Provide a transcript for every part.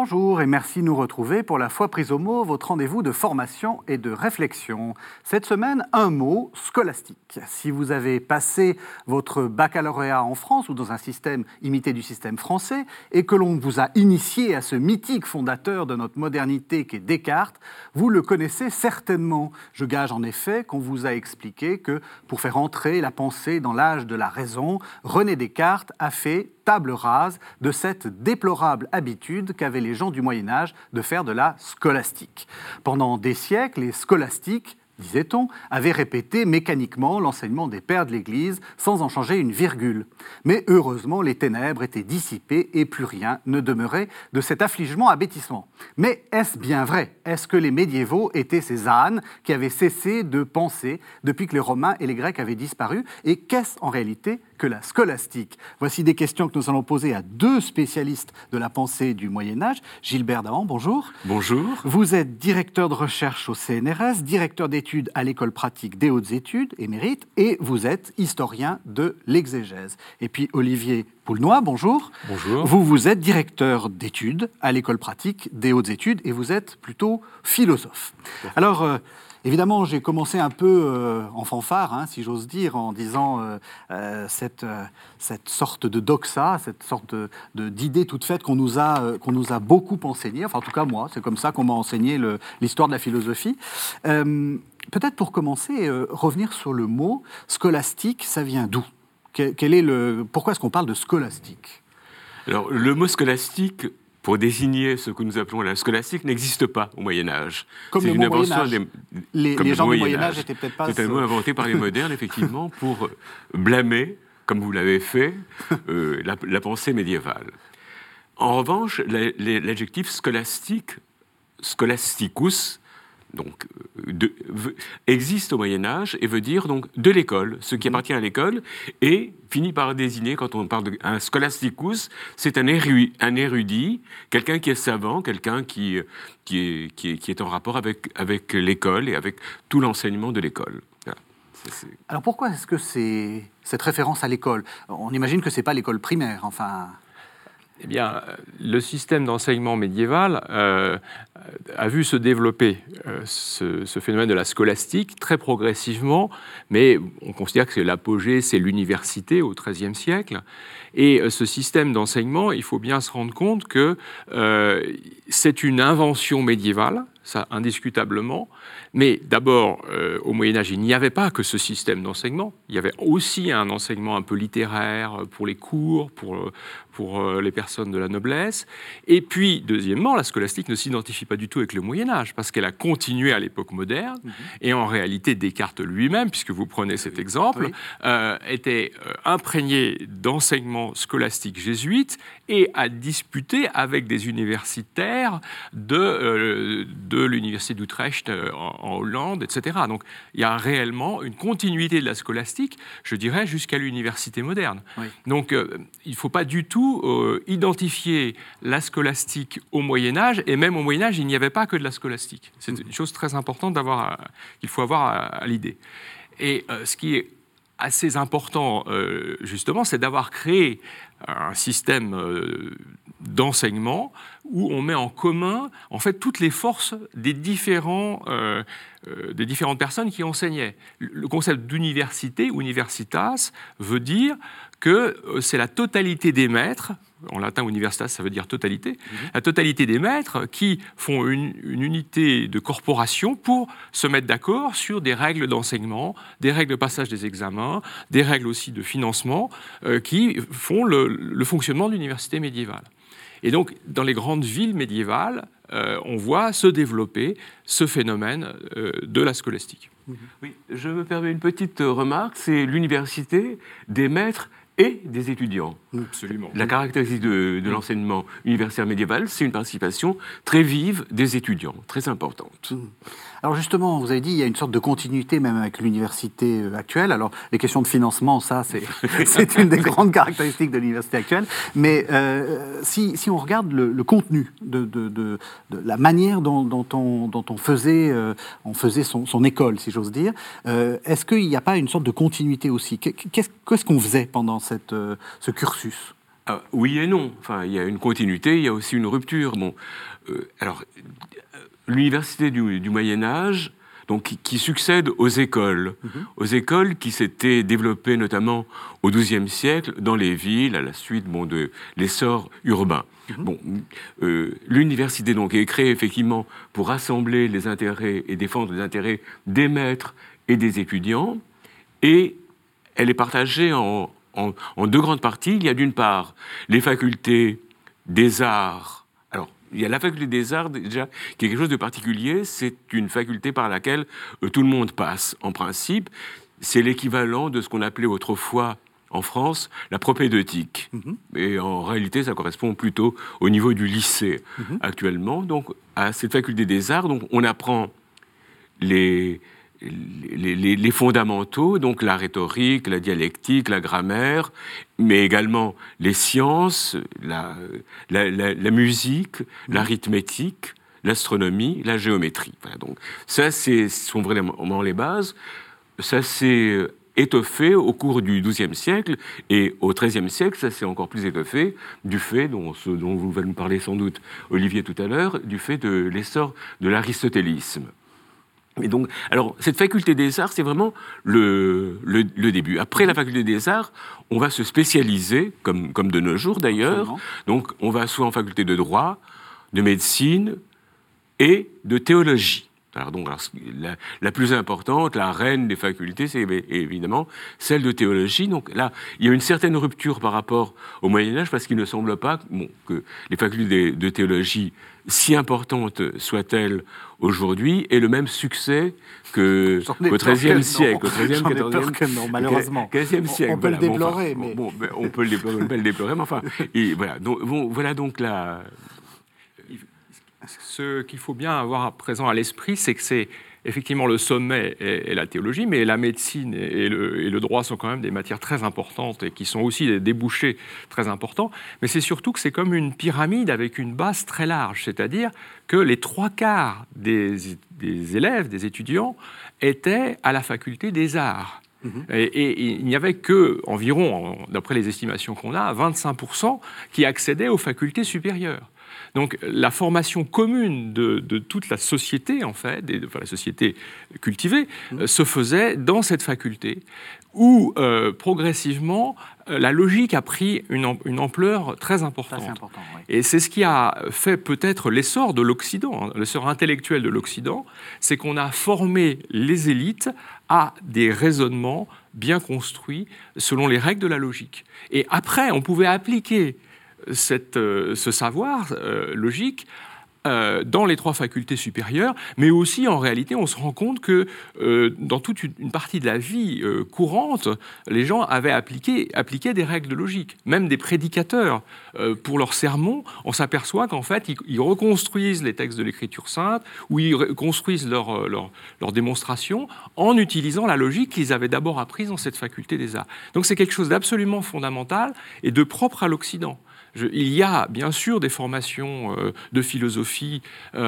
Bonjour et merci de nous retrouver pour la fois prise au mot, votre rendez-vous de formation et de réflexion. Cette semaine, un mot, scolastique. Si vous avez passé votre baccalauréat en France ou dans un système imité du système français et que l'on vous a initié à ce mythique fondateur de notre modernité qu'est Descartes, vous le connaissez certainement. Je gage en effet qu'on vous a expliqué que pour faire entrer la pensée dans l'âge de la raison, René Descartes a fait table rase de cette déplorable habitude qu'avaient les gens du Moyen-Âge de faire de la scolastique. Pendant des siècles, les scolastiques, disait-on, avaient répété mécaniquement l'enseignement des pères de l'Église sans en changer une virgule. Mais heureusement, les ténèbres étaient dissipées et plus rien ne demeurait de cet affligement abêtissement. Mais est-ce bien vrai ? Est-ce que les médiévaux étaient ces ânes qui avaient cessé de penser depuis que les Romains et les Grecs avaient disparu ? Et qu'est-ce en réalité que la scolastique ? Voici des questions que nous allons poser à deux spécialistes de la pensée du Moyen-Âge. Gilbert Dahan, bonjour. Bonjour. Vous êtes directeur de recherche au CNRS, directeur d'études à l'École pratique des hautes études, émérite, et vous êtes historien de l'exégèse. Et puis Olivier Poulnoy, bonjour. Bonjour. Vous êtes directeur d'études à l'École pratique des hautes études et vous êtes plutôt philosophe. Alors, évidemment, j'ai commencé un peu en fanfare, si j'ose dire, en disant cette sorte de doxa, cette sorte d'idée toute faite qu'on nous a beaucoup enseigné. Enfin, en tout cas, moi, c'est comme ça qu'on m'a enseigné l'histoire de la philosophie. Peut-être pour commencer, revenir sur le mot scolastique, ça vient d'où ? Pourquoi est-ce qu'on parle de scolastique ? Alors, le mot scolastique, pour désigner ce que nous appelons la scolastique, n'existe pas au Moyen-Âge. Comme le mot Moyen-Âge. Les gens du Moyen-Âge n'étaient peut-être pas... C'est un mot inventé par les modernes, effectivement, pour blâmer, comme vous l'avez fait, la pensée médiévale. En revanche, l'adjectif scolastique, scholasticus, donc, existe au Moyen-Âge et veut dire donc de l'école, ce qui appartient à l'école, et finit par désigner, quand on parle d'un scholasticus, c'est un érudit, quelqu'un qui est savant, quelqu'un qui est en rapport avec l'école et avec tout l'enseignement de l'école. Voilà. Alors pourquoi est-ce que c'est cette référence à l'école ? On imagine que ce n'est pas l'école primaire, enfin... Eh bien, le système d'enseignement médiéval a vu se développer ce phénomène de la scolastique très progressivement, mais on considère que c'est l'apogée, c'est l'université au XIIIe siècle. Et ce système d'enseignement, il faut bien se rendre compte que c'est une invention médiévale, ça indiscutablement, mais d'abord, au Moyen-Âge, il n'y avait pas que ce système d'enseignement, il y avait aussi un enseignement un peu littéraire pour les cours, pour les personnes de la noblesse, et puis, deuxièmement, la scolastique ne s'identifie pas du tout avec le Moyen-Âge, parce qu'elle a continué à l'époque moderne, et en réalité, Descartes lui-même, puisque vous prenez cet exemple, était imprégné d'enseignements scolastiques jésuites, et a disputé avec des universitaires de l'université d'Utrecht en Hollande, etc. Donc il y a réellement une continuité de la scolastique, je dirais, jusqu'à l'université moderne. Oui. Donc il ne faut pas du tout identifier la scolastique au Moyen-Âge, et même au Moyen-Âge, il n'y avait pas que de la scolastique. C'est une chose très importante qu'il faut avoir à l'idée. Et ce qui est assez important, justement, c'est d'avoir créé un système d'enseignement où on met en commun, en fait, toutes les forces des différentes personnes qui enseignaient. Le concept d'université, universitas, veut dire que c'est la totalité des maîtres, en latin universitas ça veut dire totalité, la totalité des maîtres qui font une unité de corporation pour se mettre d'accord sur des règles d'enseignement, des règles de passage des examens, des règles aussi de financement qui font le fonctionnement de l'université médiévale. Et donc, dans les grandes villes médiévales, on voit se développer ce phénomène de la scolastique. Oui, je me permets une petite remarque, c'est l'université des maîtres et des étudiants. Absolument. La caractéristique de l'enseignement universitaire médiéval, c'est une participation très vive des étudiants, très importante. Alors justement, vous avez dit, il y a une sorte de continuité même avec l'université actuelle. Alors les questions de financement, ça, c'est une des grandes caractéristiques de l'université actuelle. Mais si on regarde le contenu de la manière dont on faisait son école, si j'ose dire, est-ce qu'il n'y a pas une sorte de continuité aussi ? Qu'est-ce qu'on faisait pendant ce cursus ? Oui et non. Enfin, il y a une continuité, il y a aussi une rupture. Bon, l'université du Moyen-Âge, donc, qui succède aux écoles qui s'étaient développées notamment au XIIe siècle dans les villes, à la suite de l'essor urbain. L'université donc est créée effectivement pour rassembler les intérêts et défendre les intérêts des maîtres et des étudiants, et elle est partagée en deux grandes parties. Il y a d'une part les facultés des arts. Alors, il y a la faculté des arts, déjà, qui est quelque chose de particulier. C'est une faculté par laquelle tout le monde passe, en principe. C'est l'équivalent de ce qu'on appelait autrefois, en France, la propédeutique. Et en réalité, ça correspond plutôt au niveau du lycée, actuellement. Donc, à cette faculté des arts, donc, on apprend les fondamentaux, donc la rhétorique, la dialectique, la grammaire, mais également les sciences, la musique, l'arithmétique, l'astronomie, la géométrie. Voilà, donc ça, sont vraiment les bases. Ça s'est étoffé au cours du XIIe siècle, et au XIIIe siècle, ça s'est encore plus étoffé du fait, dont vous allez nous parler sans doute, Olivier, tout à l'heure, du fait de l'essor de l'aristotélisme. Et donc, alors, cette faculté des arts, c'est vraiment le début. Après la faculté des arts, on va se spécialiser, comme de nos jours d'ailleurs. Donc, on va soit en faculté de droit, de médecine et de théologie. Alors, la plus importante, la reine des facultés, c'est évidemment celle de théologie. Donc là, il y a une certaine rupture par rapport au Moyen-Âge, parce qu'il ne semble pas que les facultés de théologie, si importantes soient-elles aujourd'hui, aient le même succès qu'au XIIIe siècle. J'en ai peur que non, malheureusement. XVe siècle. On peut le déplorer, mais... on peut le déplorer, mais enfin... Voilà donc la... Ce qu'il faut bien avoir à présent à l'esprit, c'est que c'est effectivement le sommet et la théologie, mais la médecine et le droit sont quand même des matières très importantes et qui sont aussi des débouchés très importants. Mais c'est surtout que c'est comme une pyramide avec une base très large, c'est-à-dire que les 3/4 des élèves, des étudiants, étaient à la faculté des arts. Et il n'y avait que environ, d'après les estimations qu'on a, 25% qui accédaient aux facultés supérieures. Donc la formation commune de toute la société, en fait, la société cultivée, se faisait dans cette faculté, où progressivement la logique a pris une ampleur très importante. Ça, c'est important, oui. Et c'est ce qui a fait peut-être l'essor de l'Occident, l'essor intellectuel de l'Occident, c'est qu'on a formé les élites à des raisonnements bien construits selon les règles de la logique. Et après, on pouvait appliquer ce savoir logique dans les 3 facultés supérieures, mais aussi, en réalité, on se rend compte que dans toute une partie de la vie courante, les gens avaient appliqué des règles de logique. Même des prédicateurs, pour leurs sermons, on s'aperçoit qu'en fait, ils reconstruisent les textes de l'Écriture sainte, ou ils reconstruisent leurs démonstrations en utilisant la logique qu'ils avaient d'abord apprise dans cette faculté des arts. Donc c'est quelque chose d'absolument fondamental et de propre à l'Occident. Il y a bien sûr des formations de philosophie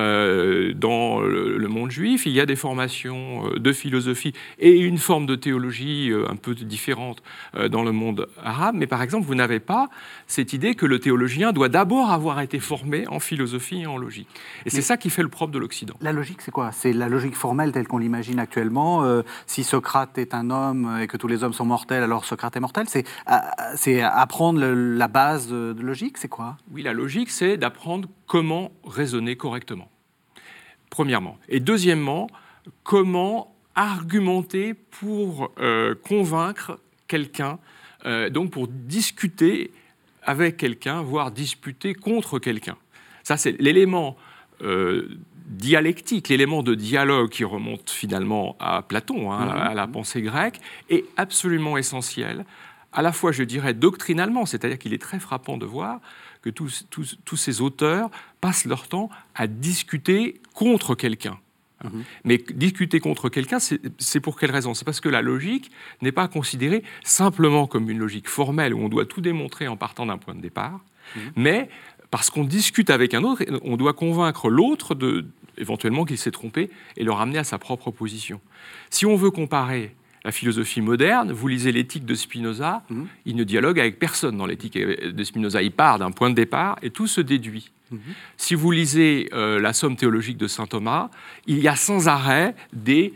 dans le monde juif, il y a des formations de philosophie et une forme de théologie un peu différente dans le monde arabe, mais par exemple, vous n'avez pas cette idée que le théologien doit d'abord avoir été formé en philosophie et en logique. Et c'est ça qui fait le propre de l'Occident. La logique, c'est quoi? C'est la logique formelle telle qu'on l'imagine actuellement. Si Socrate est un homme et que tous les hommes sont mortels, alors Socrate est mortel. C'est apprendre la base de logique. C'est quoi? Oui, la logique, c'est d'apprendre comment raisonner correctement, premièrement. Et deuxièmement, comment argumenter pour convaincre quelqu'un, donc pour discuter avec quelqu'un, voire disputer contre quelqu'un. Ça, c'est l'élément dialectique, l'élément de dialogue qui remonte finalement à Platon, à la pensée grecque, est absolument essentiel. À la fois, je dirais, doctrinalement, c'est-à-dire qu'il est très frappant de voir que tous ces auteurs passent leur temps à discuter contre quelqu'un. Mais discuter contre quelqu'un, c'est pour quelle raison? C'est parce que la logique n'est pas considérée simplement comme une logique formelle où on doit tout démontrer en partant d'un point de départ, mais parce qu'on discute avec un autre, on doit convaincre l'autre éventuellement qu'il s'est trompé et le ramener à sa propre position. Si on veut comparer la philosophie moderne, vous lisez l'éthique de Spinoza, il ne dialogue avec personne dans l'éthique de Spinoza. Il part d'un point de départ et tout se déduit. Si vous lisez la Somme théologique de saint Thomas, il y a sans arrêt des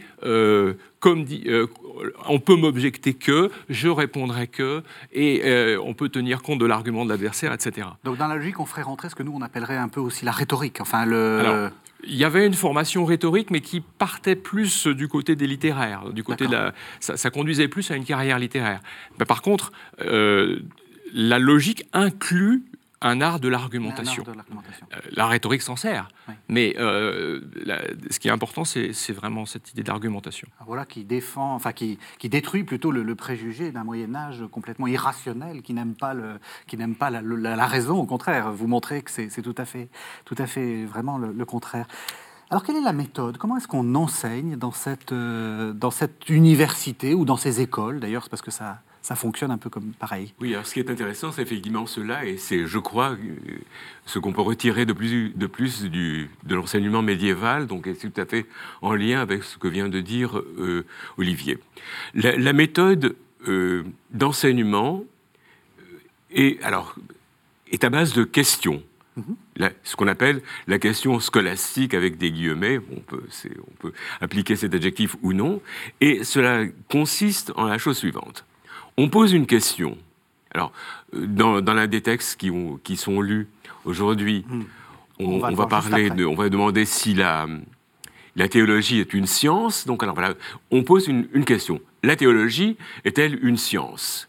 on peut m'objecter que, je répondrai que, et on peut tenir compte de l'argument de l'adversaire, etc. Donc dans la logique, on ferait rentrer ce que nous on appellerait un peu aussi la rhétorique. Enfin, Alors, il y avait une formation rhétorique, mais qui partait plus du côté des littéraires, du côté ça conduisait plus à une carrière littéraire. Mais par contre, la logique inclut un art de l'argumentation. La rhétorique s'en sert, mais ce qui est important, c'est vraiment cette idée d'argumentation. Voilà, qui défend, enfin qui détruit plutôt le préjugé d'un Moyen-Âge complètement irrationnel, qui n'aime pas la raison. Au contraire, vous montrez que c'est tout à fait vraiment le contraire. Alors, quelle est la méthode? Comment est-ce qu'on enseigne dans cette université ou dans ces écoles? D'ailleurs, c'est parce que ça fonctionne un peu comme pareil. Oui, alors ce qui est intéressant, c'est effectivement cela, et c'est, je crois, ce qu'on peut retirer de plus de l'enseignement médiéval, donc c'est tout à fait en lien avec ce que vient de dire Olivier. La méthode d'enseignement est à base de questions. Ce qu'on appelle la question scolastique avec des guillemets, on peut appliquer cet adjectif ou non, et cela consiste en la chose suivante. On pose une question. Alors, dans l'un des textes qui sont lus aujourd'hui, on va demander si la théologie est une science. Donc, alors voilà, on pose une question. La théologie est-elle une science?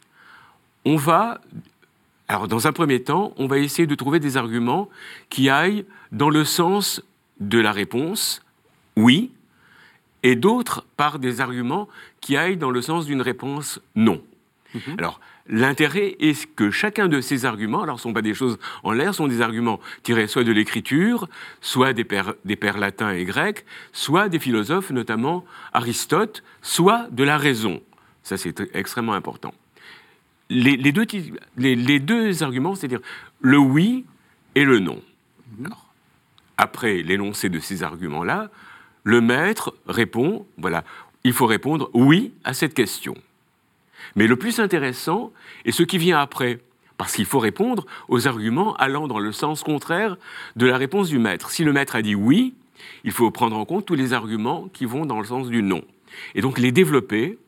Alors, dans un premier temps, on va essayer de trouver des arguments qui aillent dans le sens de la réponse « oui », et d'autres par des arguments qui aillent dans le sens d'une réponse « non ». Alors, l'intérêt est que chacun de ces arguments, alors ce ne sont pas des choses en l'air, sont des arguments tirés soit de l'écriture, soit des pères latins et grecs, soit des philosophes, notamment Aristote, soit de la raison. Ça, c'est extrêmement important. Les deux arguments, c'est-à-dire le oui et le non. Alors, après l'énoncé de ces arguments-là, le maître répond, voilà, il faut répondre oui à cette question. Mais le plus intéressant est ce qui vient après, parce qu'il faut répondre aux arguments allant dans le sens contraire de la réponse du maître. Si le maître a dit oui, il faut prendre en compte tous les arguments qui vont dans le sens du non. Et donc les développer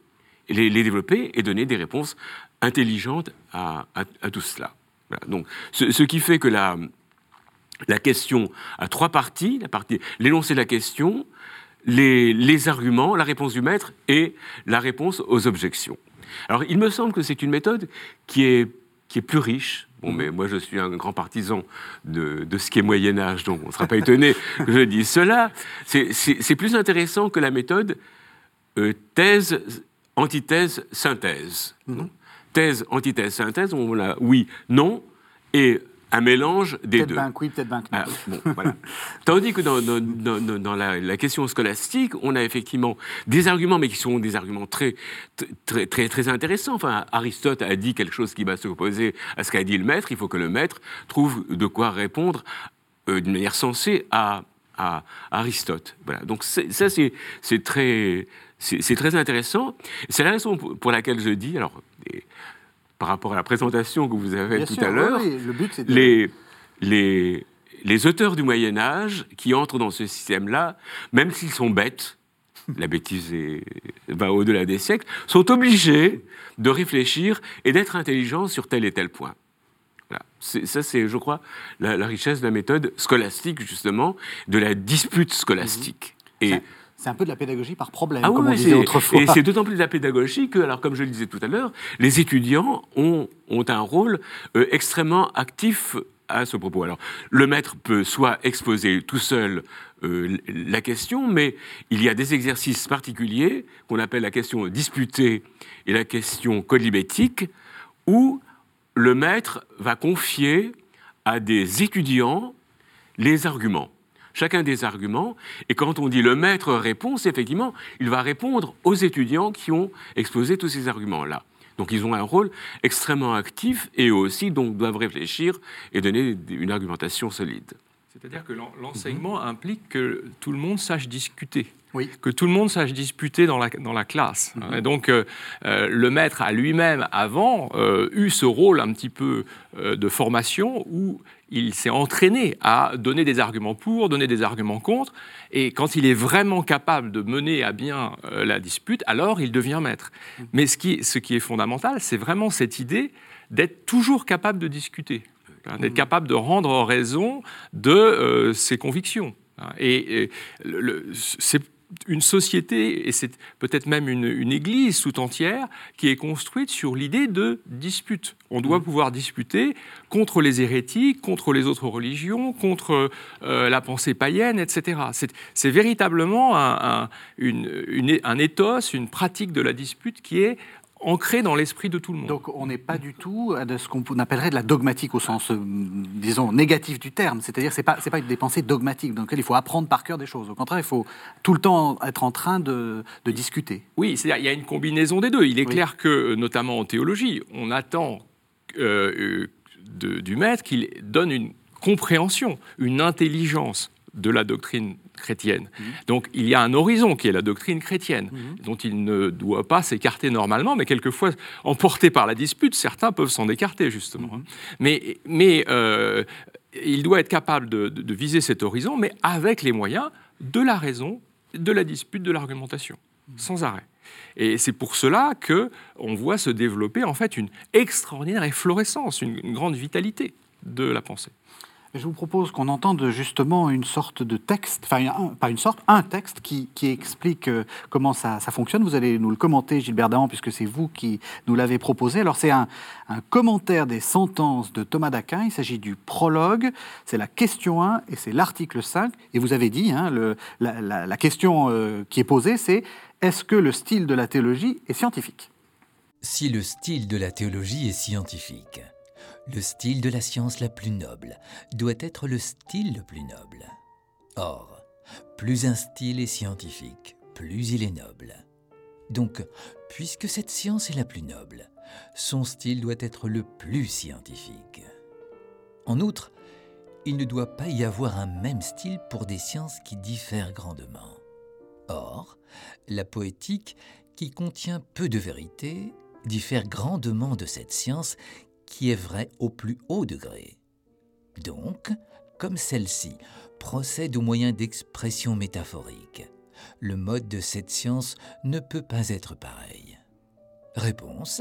et donner des réponses intelligentes à tout cela. Voilà. Donc, ce qui fait que la question a trois parties, l'énoncé de la question, les arguments, la réponse du maître et la réponse aux objections. Alors, il me semble que c'est une méthode qui est plus riche. Bon, mais moi, je suis un grand partisan de ce qui est Moyen-Âge, donc on ne sera pas étonné que je dise cela. C'est plus intéressant que la méthode thèse, antithèse, synthèse. Thèse, antithèse, synthèse, on a oui, non, et un mélange des deux. Peut-être oui, peut-être ben non. Voilà. Tandis que dans la question scolastique, on a effectivement des arguments, mais qui sont des arguments très, très, très, très intéressants. Enfin, Aristote a dit quelque chose qui va s'opposer à ce qu'a dit le maître. Il faut que le maître trouve de quoi répondre d'une manière sensée à Aristote. Voilà. Donc c'est très intéressant. C'est la raison pour laquelle je dis, alors, par rapport à la présentation que vous avez tout à l'heure, le but, c'est les auteurs du Moyen-Âge qui entrent dans ce système-là, même s'ils sont bêtes, la bêtise va au-delà des siècles, sont obligés de réfléchir et d'être intelligents sur tel et tel point. Voilà. Ça, c'est, je crois, la richesse de la méthode scolastique, justement, de la dispute scolastique. C'est un peu de la pédagogie par problème, comme on disait autrefois. Et c'est d'autant plus de la pédagogie que, alors comme je le disais tout à l'heure, les étudiants ont un rôle extrêmement actif à ce propos. Alors, le maître peut soit exposer tout seul la question, mais il y a des exercices particuliers qu'on appelle la question disputée et la question colibétique, où le maître va confier à des étudiants les arguments. Chacun des arguments, et quand on dit le maître répond, c'est effectivement, il va répondre aux étudiants qui ont exposé tous ces arguments-là. Donc ils ont un rôle extrêmement actif et eux aussi donc, doivent réfléchir et donner une argumentation solide. C'est-à-dire que l'enseignement implique que tout le monde sache discuter. Oui. Que tout le monde sache disputer dans la classe. Et donc, le maître a lui-même, avant, eu ce rôle un petit peu de formation où il s'est entraîné à donner des arguments pour, donner des arguments contre, et quand il est vraiment capable de mener à bien la dispute, alors il devient maître. Mais ce qui est fondamental, c'est vraiment cette idée d'être toujours capable de discuter, d'être capable de rendre raison de ses convictions. Et c'est une société, et c'est peut-être même une église tout entière, qui est construite sur l'idée de dispute. On doit pouvoir disputer contre les hérétiques, contre les autres religions, contre la pensée païenne, etc. C'est véritablement un ethos, une pratique de la dispute qui est ancré dans l'esprit de tout le monde. Donc on n'est pas du tout de ce qu'on appellerait de la dogmatique au sens, disons, négatif du terme. C'est-à-dire c'est pas des pensées dogmatiques dans lesquelles il faut apprendre par cœur des choses. Au contraire, il faut tout le temps être en train de discuter. Oui, c'est-à-dire il y a une combinaison des deux. Il est clair que, notamment en théologie, on attend du maître qu'il donne une compréhension, une intelligence de la doctrine chrétienne. Donc il y a un horizon qui est la doctrine chrétienne, dont il ne doit pas s'écarter normalement, mais quelquefois, emporté par la dispute, certains peuvent s'en écarter, justement. Mais il doit être capable de viser cet horizon, mais avec les moyens de la raison, de la dispute, de l'argumentation, sans arrêt. Et c'est pour cela qu'on voit se développer en fait une extraordinaire efflorescence, une grande vitalité de la pensée. Je vous propose qu'on entende justement une sorte de texte, un texte qui explique comment ça fonctionne. Vous allez nous le commenter, Gilbert Dahan, puisque c'est vous qui nous l'avez proposé. Alors c'est un commentaire des sentences de Thomas d'Aquin. Il s'agit du prologue, c'est la question 1 et c'est l'article 5. Et vous avez dit, la question qui est posée, c'est « Est-ce que le style de la théologie est scientifique ?» Si le style de la théologie est scientifique, le style de la science la plus noble doit être le style le plus noble. Or, plus un style est scientifique, plus il est noble. Donc, puisque cette science est la plus noble, son style doit être le plus scientifique. En outre, il ne doit pas y avoir un même style pour des sciences qui diffèrent grandement. Or, la poétique, qui contient peu de vérité, diffère grandement de cette science qui est vraie au plus haut degré. Donc, comme celle-ci procède au moyen d'expressions métaphoriques, le mode de cette science ne peut pas être pareil. Réponse :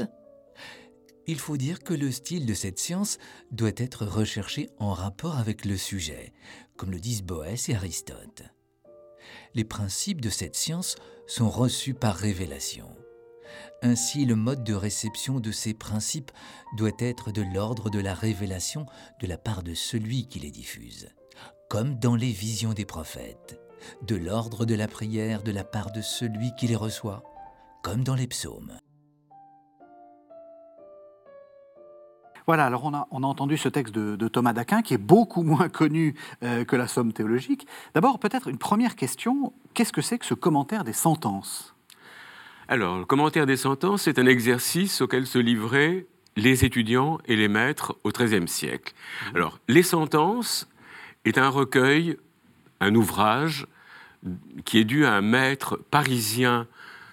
il faut dire que le style de cette science doit être recherché en rapport avec le sujet, comme le disent Boès et Aristote. Les principes de cette science sont reçus par révélation. Ainsi, le mode de réception de ces principes doit être de l'ordre de la révélation de la part de celui qui les diffuse, comme dans les visions des prophètes, de l'ordre de la prière de la part de celui qui les reçoit, comme dans les psaumes. Voilà, alors on a entendu ce texte de Thomas d'Aquin qui est beaucoup moins connu que la Somme théologique. D'abord, peut-être une première question, qu'est-ce que c'est que ce commentaire des sentences ? Alors, le commentaire des sentences, c'est un exercice auquel se livraient les étudiants et les maîtres au XIIIe siècle. Alors, les sentences est un recueil, un ouvrage qui est dû à un maître parisien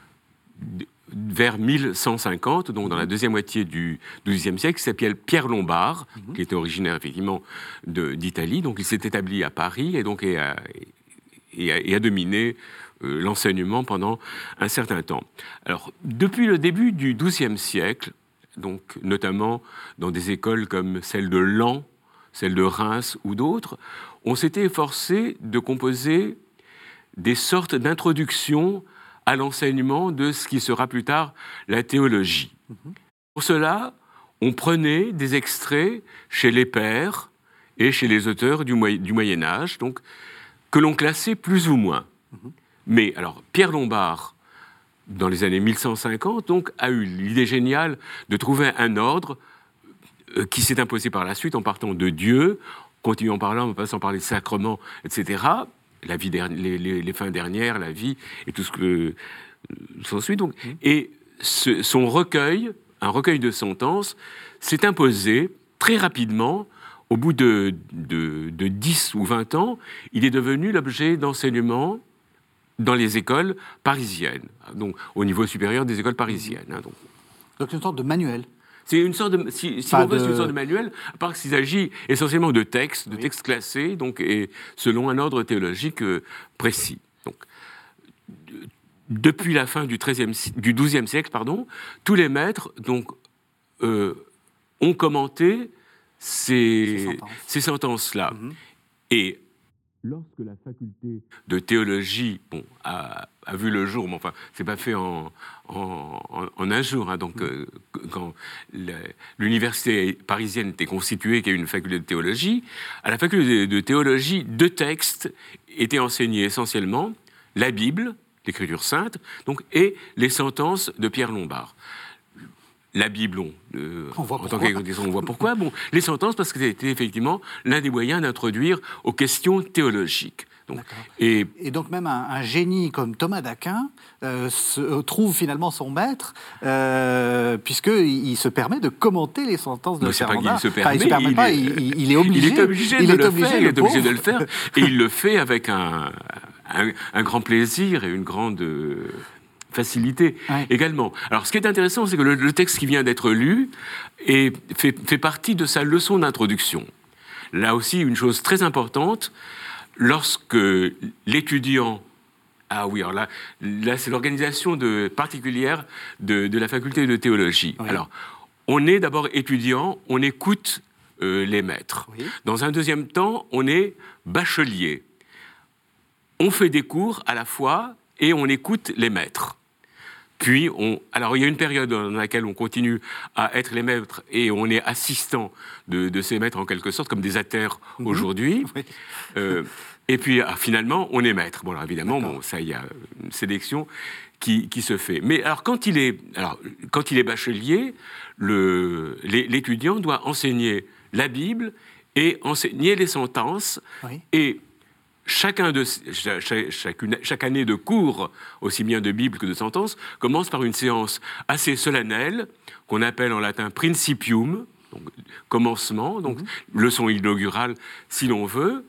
vers 1150, donc dans la deuxième moitié du XIIe siècle, qui s'appelle Pierre Lombard, qui était originaire effectivement d'Italie. Donc, il s'est établi à Paris et donc a dominé l'enseignement pendant un certain temps. Alors, depuis le début du XIIe siècle, donc notamment dans des écoles comme celle de Laon, celle de Reims ou d'autres, on s'était efforcé de composer des sortes d'introductions à l'enseignement de ce qui sera plus tard la théologie. Pour cela, on prenait des extraits chez les pères et chez les auteurs du Moyen-Âge, donc, que l'on classait plus ou moins. Mais alors, Pierre Lombard, dans les années 1150, donc, a eu l'idée géniale de trouver un ordre qui s'est imposé par la suite en partant de Dieu, continuant par là, en passant par les sacrements, etc., la vie les fins dernières, la vie et tout ce que s'ensuit. Donc, et son recueil, un recueil de sentences, s'est imposé très rapidement au bout de 10 ou 20 ans, il est devenu l'objet d'enseignement dans les écoles parisiennes, donc au niveau supérieur des écoles parisiennes. Hein, donc une sorte de manuel. C'est une sorte de, si on veut, c'est une sorte de manuel, à part qu'il s'agit essentiellement de textes, textes classés, donc, et selon un ordre théologique précis. Donc, depuis la fin du XIIe siècle, tous les maîtres donc, ont commenté ces sentences-là. Et lorsque la faculté de théologie a vu le jour, mais enfin, c'est pas fait en un jour, hein, donc quand l'université parisienne était constituée, qu'il y a eu une faculté de théologie, à la faculté de théologie, 2 textes étaient enseignés essentiellement, la Bible, l'Écriture sainte, donc, et les sentences de Pierre Lombard. La Bible, en tant qu'agriculteur, on voit pourquoi. Bon, les sentences, parce que c'était effectivement l'un des moyens d'introduire aux questions théologiques. Donc, et donc même un génie comme Thomas d'Aquin trouve finalement son maître, puisqu'il se permet de commenter les sentences de Pierre Lombard. Il est obligé. Il est obligé de le faire. Et il le fait avec un grand plaisir et une grande facilité également. Alors, ce qui est intéressant, c'est que le texte qui vient d'être lu fait partie de sa leçon d'introduction. Là aussi, une chose très importante, lorsque l'étudiant... Ah oui, alors là c'est l'organisation particulière de la faculté de théologie. Oui. Alors, on est d'abord étudiant, on écoute les maîtres. Oui. Dans un deuxième temps, on est bachelier. On fait des cours à la fois et on écoute les maîtres. Puis, alors il y a une période dans laquelle on continue à être les maîtres et on est assistant de ces maîtres en quelque sorte, comme des athères aujourd'hui. Oui. Et puis, finalement, on est maître. Bon, alors évidemment, ça, il y a une sélection qui se fait. Mais alors, quand il est bachelier, l'étudiant doit enseigner la Bible et enseigner les sentences. Oui. Et chaque année de cours, aussi bien de Bible que de sentences, commence par une séance assez solennelle, qu'on appelle en latin principium, donc commencement, donc leçon inaugurale, si l'on veut,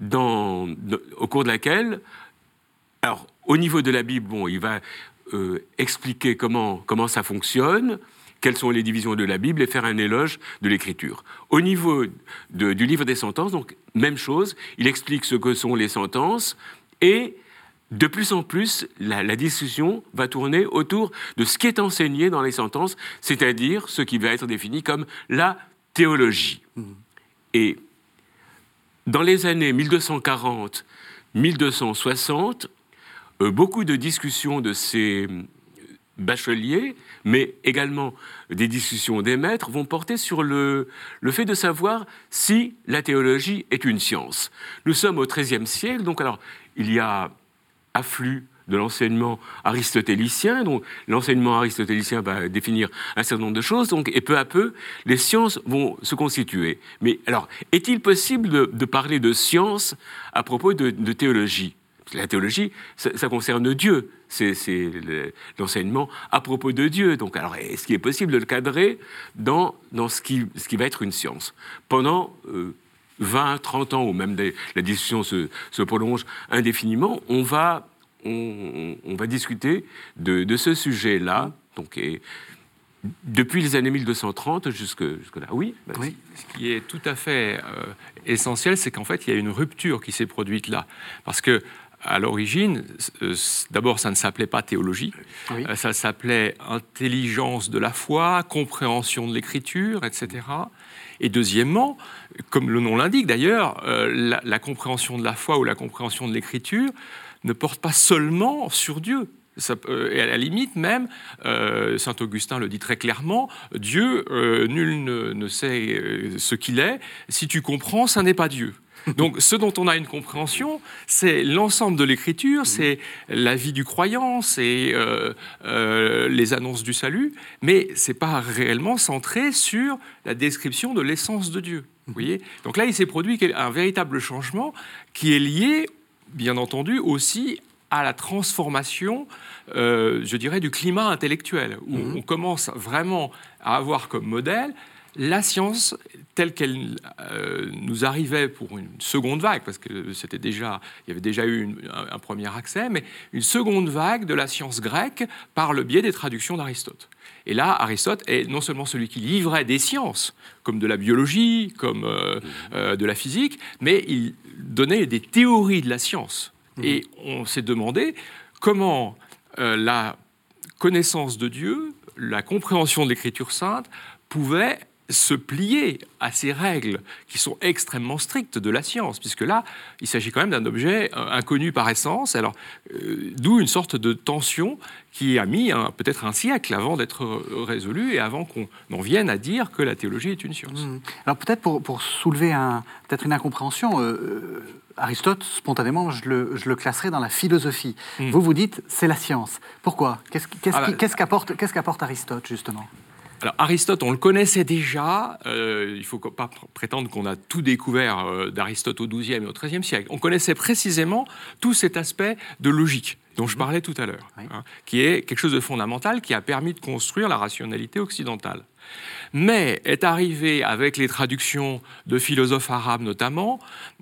au cours de laquelle, alors, au niveau de la Bible, il va expliquer comment ça fonctionne, quelles sont les divisions de la Bible et faire un éloge de l'Écriture. Au niveau du livre des sentences, donc, même chose, il explique ce que sont les sentences et de plus en plus, la discussion va tourner autour de ce qui est enseigné dans les sentences, c'est-à-dire ce qui va être défini comme la théologie. Et dans les années 1240-1260, beaucoup de discussions de ces bacheliers, mais également des discussions des maîtres, vont porter sur le fait de savoir si la théologie est une science. Nous sommes au XIIIe siècle, donc alors il y a afflux de l'enseignement aristotélicien, donc l'enseignement aristotélicien va définir un certain nombre de choses, donc, et peu à peu, les sciences vont se constituer. Mais alors, est-il possible de parler de science à propos de théologie ? La théologie, ça concerne Dieu, c'est l'enseignement à propos de Dieu. Donc, alors, est-ce qu'il est possible de le cadrer dans ce qui va être une science ? Pendant 20, 30 ans, ou même la discussion se prolonge indéfiniment, on va discuter de ce sujet-là, donc, depuis les années 1230 jusque-là. Oui, oui. Ce qui est tout à fait essentiel, c'est qu'en fait, il y a une rupture qui s'est produite là. Parce que, à l'origine, d'abord, ça ne s'appelait pas théologie, oui. Ça s'appelait intelligence de la foi, compréhension de l'écriture, etc. Et deuxièmement, comme le nom l'indique d'ailleurs, la compréhension de la foi ou la compréhension de l'écriture ne porte pas seulement sur Dieu. Et à la limite même, saint Augustin le dit très clairement, Dieu, nul ne sait ce qu'il est. Si tu comprends, ça n'est pas Dieu. Donc, ce dont on a une compréhension, c'est l'ensemble de l'Écriture, c'est la vie du croyant, c'est les annonces du salut, mais c'est pas réellement centré sur la description de l'essence de Dieu. Vous voyez ? Donc là, il s'est produit un véritable changement qui est lié, bien entendu, aussi à la transformation, je dirais, du climat intellectuel, où on commence vraiment à avoir comme modèle la science telle qu'elle nous arrivait pour une seconde vague, parce que il y avait déjà eu un premier accès, mais une seconde vague de la science grecque par le biais des traductions d'Aristote. Et là, Aristote est non seulement celui qui livrait des sciences, comme de la biologie, comme de la physique, mais il donnait des théories de la science. Et on s'est demandé comment la connaissance de Dieu, la compréhension de l'Écriture sainte, pouvait se plier à ces règles qui sont extrêmement strictes de la science, puisque là, il s'agit quand même d'un objet inconnu par essence, alors d'où une sorte de tension qui a mis peut-être un siècle avant d'être résolue et avant qu'on en vienne à dire que la théologie est une science. Alors peut-être pour soulever peut-être une incompréhension, Aristote, spontanément, je le classerais dans la philosophie. Vous dites, c'est la science. Pourquoi ? Qu'est-ce qu'apporte Aristote, justement ? Alors Aristote, on le connaissait déjà, il ne faut pas prétendre qu'on a tout découvert d'Aristote au XIIe et au XIIIe siècle. On connaissait précisément tout cet aspect de logique dont je parlais tout à l'heure, qui est quelque chose de fondamental qui a permis de construire la rationalité occidentale. Mais est arrivé, avec les traductions de philosophes arabes notamment,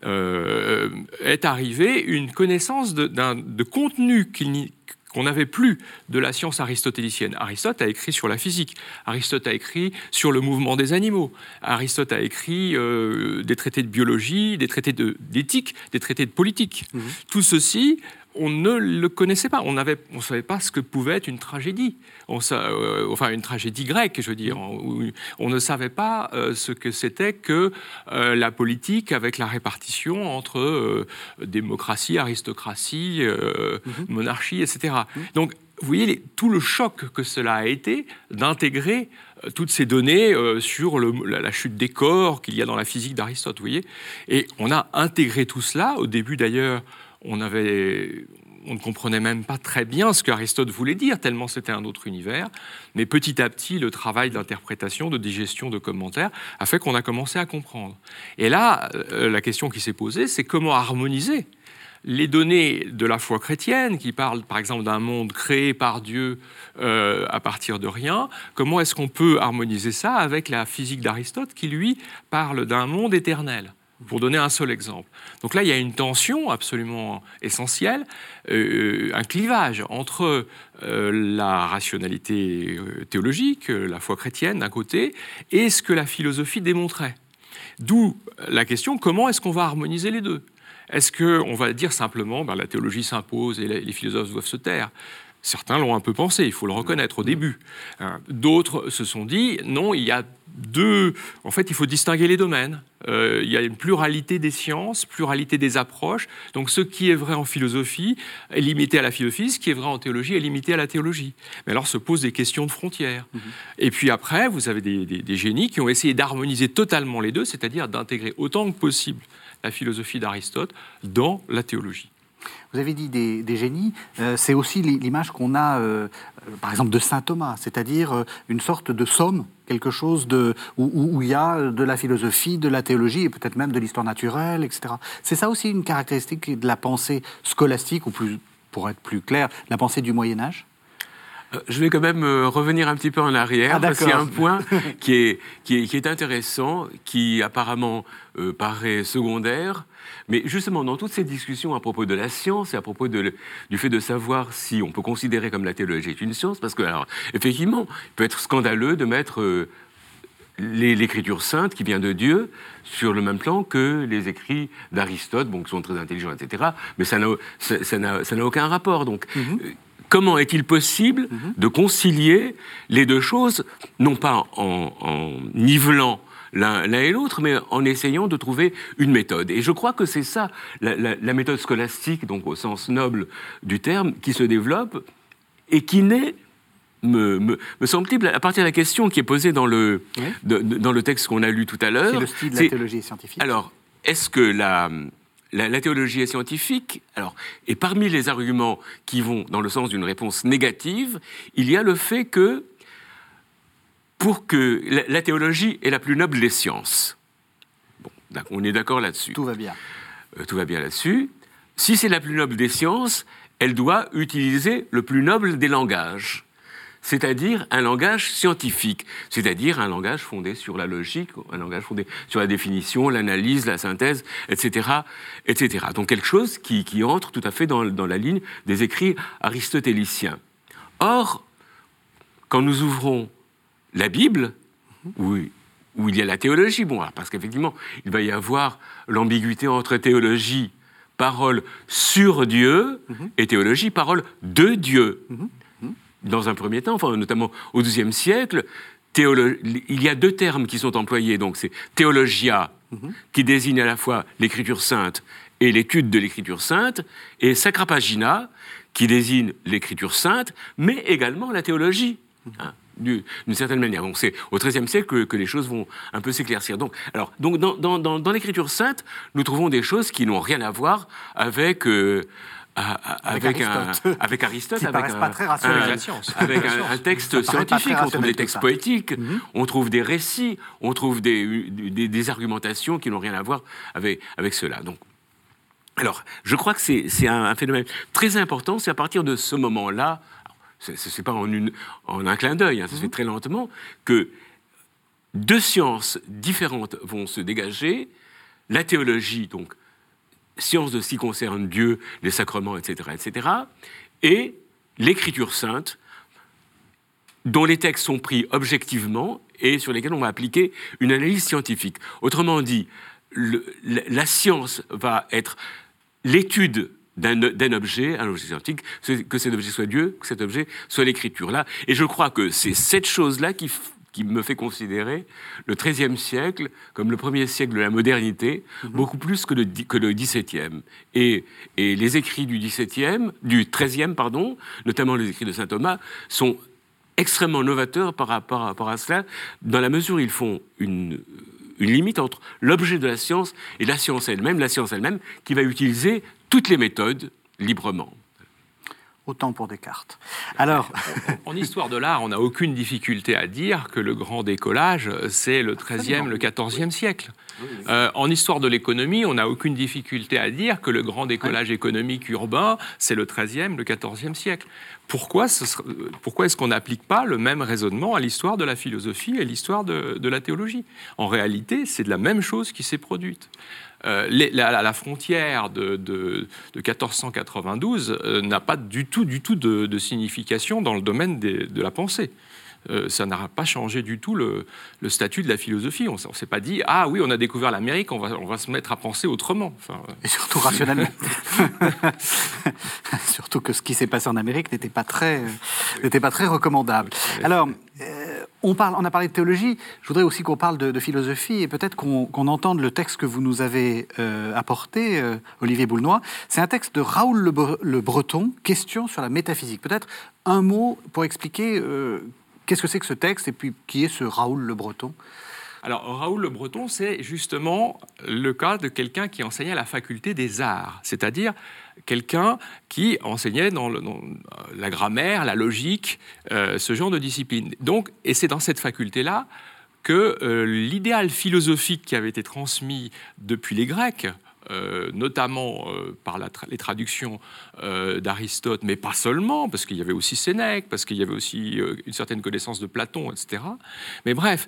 est arrivée une connaissance de contenu qu'on n'avait plus de la science aristotélicienne. Aristote a écrit sur la physique, Aristote a écrit sur le mouvement des animaux, Aristote a écrit des traités de biologie, des traités d'éthique, des traités de politique. Tout ceci, on ne le connaissait pas, on ne savait pas ce que pouvait être une tragédie, enfin une tragédie grecque, je veux dire. On ne savait pas ce que c'était que la politique avec la répartition entre démocratie, aristocratie, monarchie, etc. Donc, vous voyez tout le choc que cela a été d'intégrer toutes ces données sur la chute des corps qu'il y a dans la physique d'Aristote, vous voyez. Et on a intégré tout cela. Au début, d'ailleurs, on ne comprenait même pas très bien ce qu'Aristote voulait dire, tellement c'était un autre univers. Mais petit à petit, le travail d'interprétation, de digestion, de commentaires a fait qu'on a commencé à comprendre. Et là, la question qui s'est posée, c'est comment harmoniser les données de la foi chrétienne, qui parlent par exemple d'un monde créé par Dieu à partir de rien, comment est-ce qu'on peut harmoniser ça avec la physique d'Aristote, qui lui parle d'un monde éternel ? Pour donner un seul exemple. Donc là, il y a une tension absolument essentielle, un clivage entre la rationalité théologique, la foi chrétienne d'un côté, et ce que la philosophie démontrait. D'où la question, comment est-ce qu'on va harmoniser les deux ? Est-ce qu'on va dire simplement, la théologie s'impose et les philosophes doivent se taire ? Certains l'ont un peu pensé, il faut le reconnaître au début. D'autres se sont dit, non, il y a en fait, il faut distinguer les domaines. Il y a une pluralité des sciences, pluralité des approches. Donc, ce qui est vrai en philosophie est limité à la philosophie, ce qui est vrai en théologie est limité à la théologie. Mais alors se posent des questions de frontières. Et puis après, vous avez des génies qui ont essayé d'harmoniser totalement les deux, c'est-à-dire d'intégrer autant que possible la philosophie d'Aristote dans la théologie. Vous avez dit des génies, c'est aussi l'image qu'on a, par exemple, de saint Thomas, c'est-à-dire une sorte de somme, quelque chose où il y a de la philosophie, de la théologie et peut-être même de l'histoire naturelle, etc. C'est ça aussi une caractéristique de la pensée scolastique, ou plus, pour être plus clair, de la pensée du Moyen-Âge ? Je vais quand même revenir un petit peu en arrière, parce qu'il y a un point qui est intéressant, qui apparemment paraît secondaire, mais justement dans toutes ces discussions à propos de la science et à propos du fait de savoir si on peut considérer comme la théologie est une science, parce que, alors, effectivement, il peut être scandaleux de mettre l'écriture sainte qui vient de Dieu sur le même plan que les écrits d'Aristote, qui sont très intelligents, etc., mais ça n'a aucun rapport, donc... Comment est-il possible de concilier les deux choses, non pas en nivelant l'un et l'autre, mais en essayant de trouver une méthode. Et je crois que c'est ça, la méthode scolastique, donc au sens noble du terme, qui se développe et qui naît, me semble-t-il, à partir de la question qui est posée dans le texte qu'on a lu tout à l'heure. C'est le style de la théologie scientifique. Alors, est-ce que la théologie est scientifique. Alors, et parmi les arguments qui vont dans le sens d'une réponse négative, il y a le fait que, pour que la théologie est la plus noble des sciences. Bon, on est d'accord là-dessus. Tout va bien. Tout va bien là-dessus. Si c'est la plus noble des sciences, elle doit utiliser le plus noble des langages. c'est-à-dire un langage scientifique, c'est-à-dire un langage fondé sur la logique, un langage fondé sur la définition, l'analyse, la synthèse, etc., etc. Donc quelque chose qui entre tout à fait dans la ligne des écrits aristotéliciens. Or, quand nous ouvrons la Bible, où il y a la théologie, parce qu'effectivement, il va y avoir l'ambiguïté entre théologie, parole sur Dieu, et théologie, parole de Dieu. Dans un premier temps, notamment au XIIe siècle, il y a deux termes qui sont employés. Donc c'est théologia, qui désigne à la fois l'écriture sainte et l'étude de l'écriture sainte, et sacrapagina, qui désigne l'écriture sainte, mais également la théologie, d'une certaine manière. Donc c'est au XIIIe siècle que les choses vont un peu s'éclaircir. Donc dans l'écriture sainte, nous trouvons des choses qui n'ont rien à voir avec Aristote, qui paraissent pas très rationnels. Avec un texte scientifique, on trouve des textes poétiques, on trouve des récits, on trouve des argumentations qui n'ont rien à voir avec cela. Donc, alors, je crois que c'est un phénomène très important. C'est à partir de ce moment-là, ce n'est pas en un clin d'œil, ça se fait très lentement, que deux sciences différentes vont se dégager. La théologie, donc, science de ce qui concerne Dieu, les sacrements, etc., et l'écriture sainte, dont les textes sont pris objectivement et sur lesquels on va appliquer une analyse scientifique. Autrement dit, la science va être l'étude d'un objet, un objet scientifique, que cet objet soit Dieu, que cet objet soit l'écriture. Là, et je crois que c'est cette chose-là qui me fait considérer le XIIIe siècle comme le premier siècle de la modernité, beaucoup plus que le XVIIe. Et les écrits du XIIIe, notamment les écrits de saint Thomas, sont extrêmement novateurs par rapport à cela, dans la mesure où ils font une limite entre l'objet de la science et la science elle-même qui va utiliser toutes les méthodes librement. Autant pour Descartes. Alors, en histoire de l'art, on n'a aucune difficulté à dire que le grand décollage, c'est le XIIIe, le XIVe siècle. En histoire de l'économie, on n'a aucune difficulté à dire que le grand décollage économique urbain, c'est le XIIIe, le XIVe siècle. Pourquoi est-ce qu'on n'applique pas le même raisonnement à l'histoire de la philosophie et l'histoire de la théologie ? En réalité, c'est de la même chose qui s'est produite. La frontière de 1492 n'a pas du tout de signification dans le domaine de la pensée. Ça n'a pas changé du tout le statut de la philosophie. On ne s'est pas dit « Ah oui, on a découvert l'Amérique, on va se mettre à penser autrement ». Et surtout rationnellement. Surtout que ce qui s'est passé en Amérique n'était pas très recommandable. Alors, on a parlé de théologie, je voudrais aussi qu'on parle de philosophie et peut-être qu'on entende le texte que vous nous avez apporté, Olivier Boulnois. C'est un texte de Raoul Le Breton, Question sur la métaphysique. Peut-être un mot pour expliquer qu'est-ce que c'est que ce texte et puis qui est ce Raoul Le Breton ? Alors, Raoul Le Breton, c'est justement le cas de quelqu'un qui enseignait à la faculté des arts, c'est-à-dire quelqu'un qui enseignait dans la grammaire, la logique, ce genre de discipline. Donc, et c'est dans cette faculté-là que l'idéal philosophique qui avait été transmis depuis les Grecs, notamment par les traductions d'Aristote, mais pas seulement, parce qu'il y avait aussi Sénèque, parce qu'il y avait aussi une certaine connaissance de Platon, etc. Mais bref,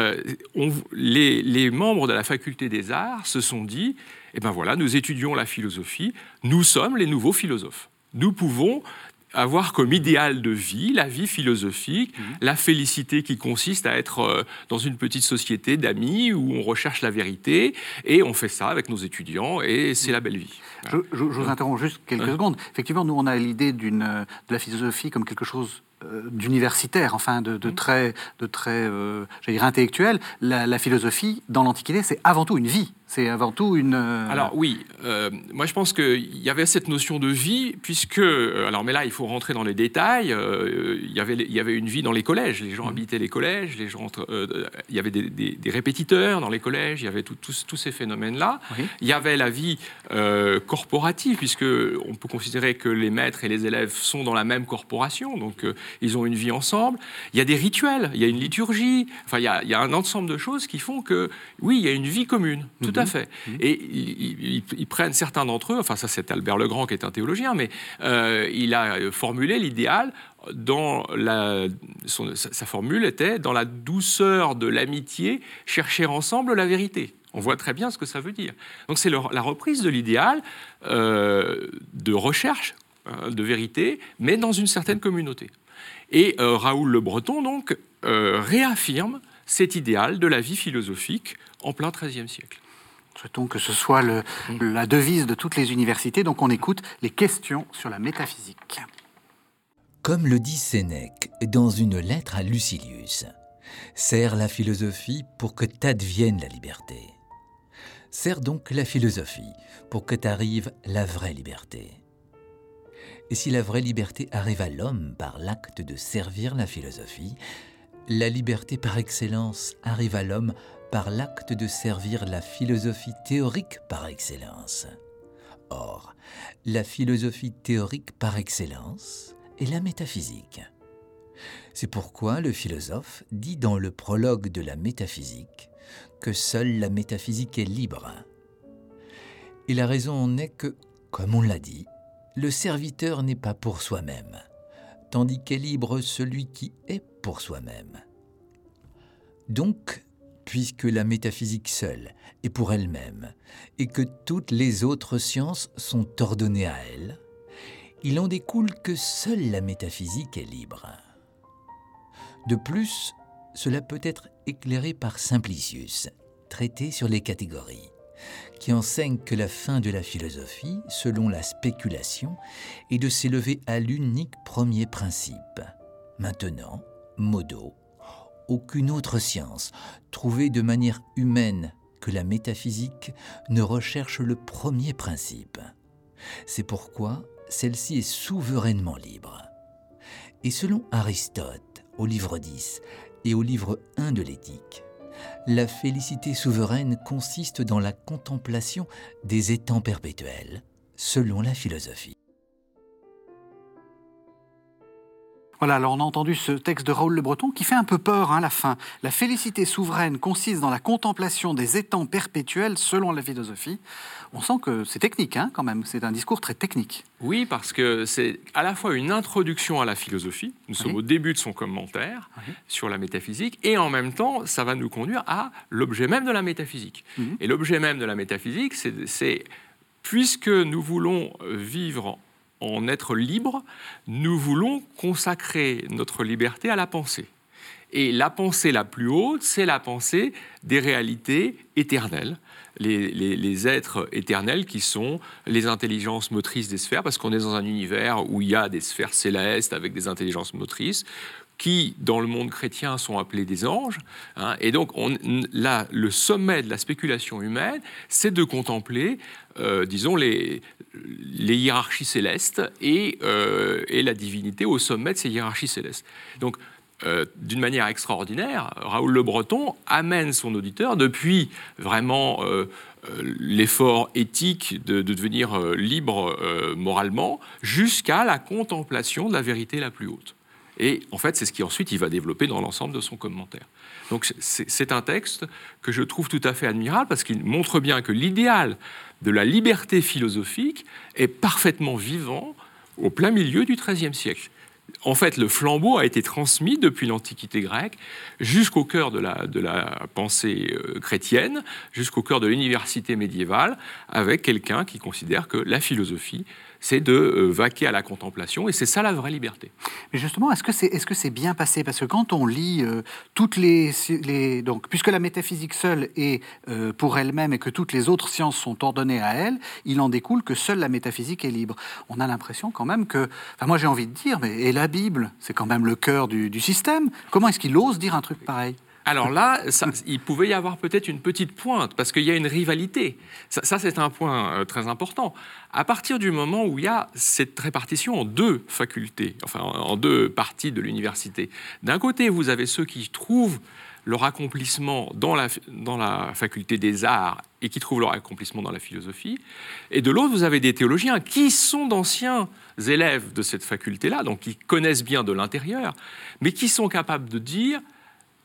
les membres de la faculté des arts se sont dit, eh ben voilà, nous étudions la philosophie, nous sommes les nouveaux philosophes. Nous pouvons avoir comme idéal de vie la vie philosophique, la félicité qui consiste à être dans une petite société d'amis où on recherche la vérité et on fait ça avec nos étudiants et c'est la belle vie. Voilà. Je vous interromps juste quelques secondes. Effectivement, nous on a l'idée de la philosophie comme quelque chose d'universitaire, enfin de très j'allais dire intellectuel. La philosophie dans l'Antiquité, c'est avant tout une vie. C'est avant tout une... Alors oui, moi je pense qu'il y avait cette notion de vie, puisque... alors mais là, il faut rentrer dans les détails. Il y avait une vie dans les collèges. Les gens habitaient les collèges. Il y avait des répétiteurs dans les collèges. Il y avait tous ces phénomènes-là. Oui. Il y avait la vie corporative, puisque on peut considérer que les maîtres et les élèves sont dans la même corporation. Donc ils ont une vie ensemble. Il y a des rituels. Il y a une liturgie. Enfin, il y a un ensemble de choses qui font que, oui, il y a une vie commune. Tout à fait. Et ils prennent certains d'entre eux, enfin ça c'est Albert Legrand qui est un théologien, mais il a formulé l'idéal sa formule était « dans la douceur de l'amitié, chercher ensemble la vérité ». On voit très bien ce que ça veut dire. Donc c'est la reprise de l'idéal de recherche de vérité, mais dans une certaine communauté. Et Raoul Le Breton, donc, réaffirme cet idéal de la vie philosophique en plein XIIIe siècle. Souhaitons que ce soit la devise de toutes les universités. Donc on écoute les questions sur la métaphysique. Comme le dit Sénèque dans une lettre à Lucilius, « Sert la philosophie pour que t'advienne la liberté. Sert donc la philosophie pour que t'arrive la vraie liberté. Et si la vraie liberté arrive à l'homme par l'acte de servir la philosophie, la liberté par excellence arrive à l'homme par l'acte de servir la philosophie théorique par excellence. Or, la philosophie théorique par excellence est la métaphysique. C'est pourquoi le philosophe dit dans le prologue de la métaphysique que seule la métaphysique est libre. Et la raison en est que, comme on l'a dit, le serviteur n'est pas pour soi-même, tandis qu'est libre celui qui est pour soi-même. Donc, puisque la métaphysique seule est pour elle-même, et que toutes les autres sciences sont ordonnées à elle, il en découle que seule la métaphysique est libre. De plus, cela peut être éclairé par Simplicius, traité sur les catégories, qui enseigne que la fin de la philosophie, selon la spéculation, est de s'élever à l'unique premier principe. Maintenant, modo, aucune autre science, trouvée de manière humaine que la métaphysique, ne recherche le premier principe. C'est pourquoi celle-ci est souverainement libre. Et selon Aristote, au livre 10 et au livre 1 de l'Éthique, la félicité souveraine consiste dans la contemplation des étangs perpétuels, selon la philosophie. Voilà, alors on a entendu ce texte de Raoul Le Breton qui fait un peu peur, à la fin. La félicité souveraine consiste dans la contemplation des étangs perpétuels selon la philosophie. On sent que c'est technique, quand même. C'est un discours très technique. Oui, parce que c'est à la fois une introduction à la philosophie. Nous sommes au début de son commentaire sur la métaphysique, et en même temps, ça va nous conduire à l'objet même de la métaphysique. Et l'objet même de la métaphysique, c'est puisque nous voulons vivre en être libre, nous voulons consacrer notre liberté à la pensée. Et la pensée la plus haute, c'est la pensée des réalités éternelles, les êtres éternels qui sont les intelligences motrices des sphères, parce qu'on est dans un univers où il y a des sphères célestes avec des intelligences motrices, qui, dans le monde chrétien, sont appelés des anges. Et donc, là, le sommet de la spéculation humaine, c'est de contempler, disons, les hiérarchies célestes et la divinité au sommet de ces hiérarchies célestes. Donc, d'une manière extraordinaire, Raoul Le Breton amène son auditeur depuis vraiment l'effort éthique de devenir libre moralement jusqu'à la contemplation de la vérité la plus haute. Et en fait, c'est ce qu'ensuite il va développer dans l'ensemble de son commentaire. Donc c'est un texte que je trouve tout à fait admirable parce qu'il montre bien que l'idéal de la liberté philosophique est parfaitement vivant au plein milieu du XIIIe siècle. En fait, le flambeau a été transmis depuis l'Antiquité grecque jusqu'au cœur de la pensée chrétienne, jusqu'au cœur de l'université médiévale, avec quelqu'un qui considère que la philosophie, c'est de vaquer à la contemplation, et c'est ça la vraie liberté. Mais justement, est-ce que c'est bien passé ? Parce que quand on lit toutes donc, puisque la métaphysique seule est pour elle-même et que toutes les autres sciences sont ordonnées à elle, il en découle que seule la métaphysique est libre. On a l'impression quand même que... Enfin, moi j'ai envie de dire, mais et la Bible, c'est quand même le cœur du système. Comment est-ce qu'il ose dire un truc pareil ? Alors là, il pouvait y avoir peut-être une petite pointe, parce qu'il y a une rivalité. Ça c'est un point très important. À partir du moment où il y a cette répartition en deux facultés, enfin en deux parties de l'université, d'un côté, vous avez ceux qui trouvent leur accomplissement dans la faculté des arts et qui trouvent leur accomplissement dans la philosophie, et de l'autre, vous avez des théologiens qui sont d'anciens élèves de cette faculté-là, donc qui connaissent bien de l'intérieur, mais qui sont capables de dire...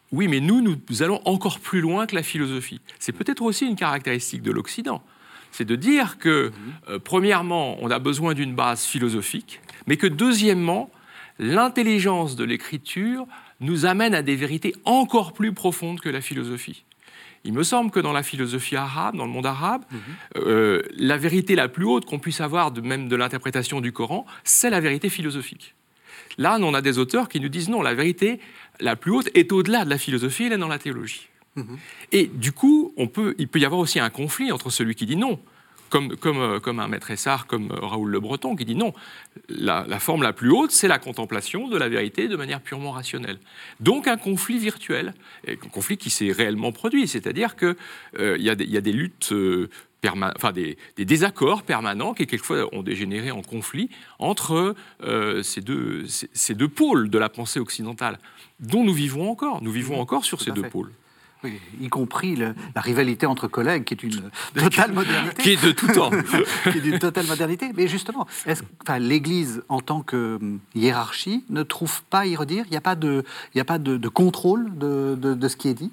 Oui, mais nous allons encore plus loin que la philosophie. C'est peut-être aussi une caractéristique de l'Occident. C'est de dire que, premièrement, on a besoin d'une base philosophique, mais que, deuxièmement, l'intelligence de l'écriture nous amène à des vérités encore plus profondes que la philosophie. Il me semble que dans la philosophie arabe, dans le monde arabe, la vérité la plus haute qu'on puisse avoir, même de l'interprétation du Coran, c'est la vérité philosophique. Là, on a des auteurs qui nous disent non, la vérité la plus haute est au-delà de la philosophie, elle est dans la théologie. Et du coup, il peut y avoir aussi un conflit entre celui qui dit non, comme un maître Essard, comme Raoul Le Breton, qui dit non, la forme la plus haute, c'est la contemplation de la vérité de manière purement rationnelle. Donc un conflit virtuel, un conflit qui s'est réellement produit, c'est-à-dire qu'il y a des luttes, des désaccords permanents qui quelquefois ont dégénéré en conflit entre ces deux pôles de la pensée occidentale, dont nous vivons encore. Nous vivons encore sur ces deux pôles. Oui, y compris la rivalité entre collègues, qui est une totale modernité. Qui est de tout temps. Qui est d'une totale modernité. Mais justement, l'Église, en tant que hiérarchie, ne trouve pas à y redire? Il n'y a pas de contrôle de ce qui est dit?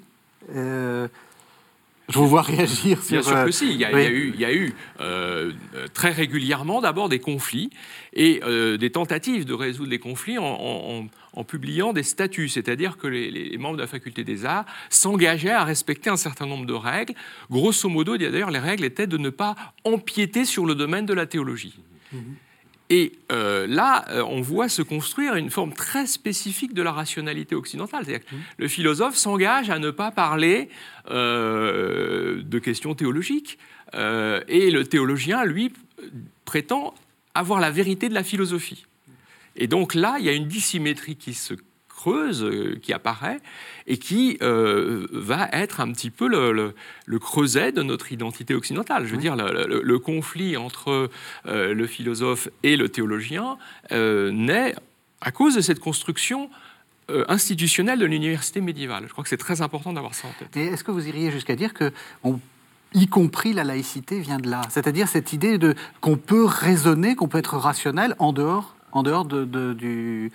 Je vous vois réagir sur... Bien sûr que si. Il y a eu très régulièrement d'abord des conflits et des tentatives de résoudre les conflits en publiant des statuts, c'est-à-dire que les membres de la faculté des arts s'engageaient à respecter un certain nombre de règles. Grosso modo, d'ailleurs, les règles étaient de ne pas empiéter sur le domaine de la théologie. Et là, on voit se construire une forme très spécifique de la rationalité occidentale. C'est-à-dire que le philosophe s'engage à ne pas parler de questions théologiques. Et le théologien, lui, prétend avoir la vérité de la philosophie. Et donc là, il y a une dissymétrie qui se creuse, qui apparaît, et qui va être un petit peu le creuset de notre identité occidentale. Je veux dire, le conflit entre le philosophe et le théologien naît à cause de cette construction institutionnelle de l'université médiévale. Je crois que c'est très important d'avoir ça en tête. Et est-ce que vous iriez jusqu'à dire que y compris la laïcité vient de là? C'est-à-dire cette idée qu'on peut raisonner, qu'on peut être rationnel en dehors de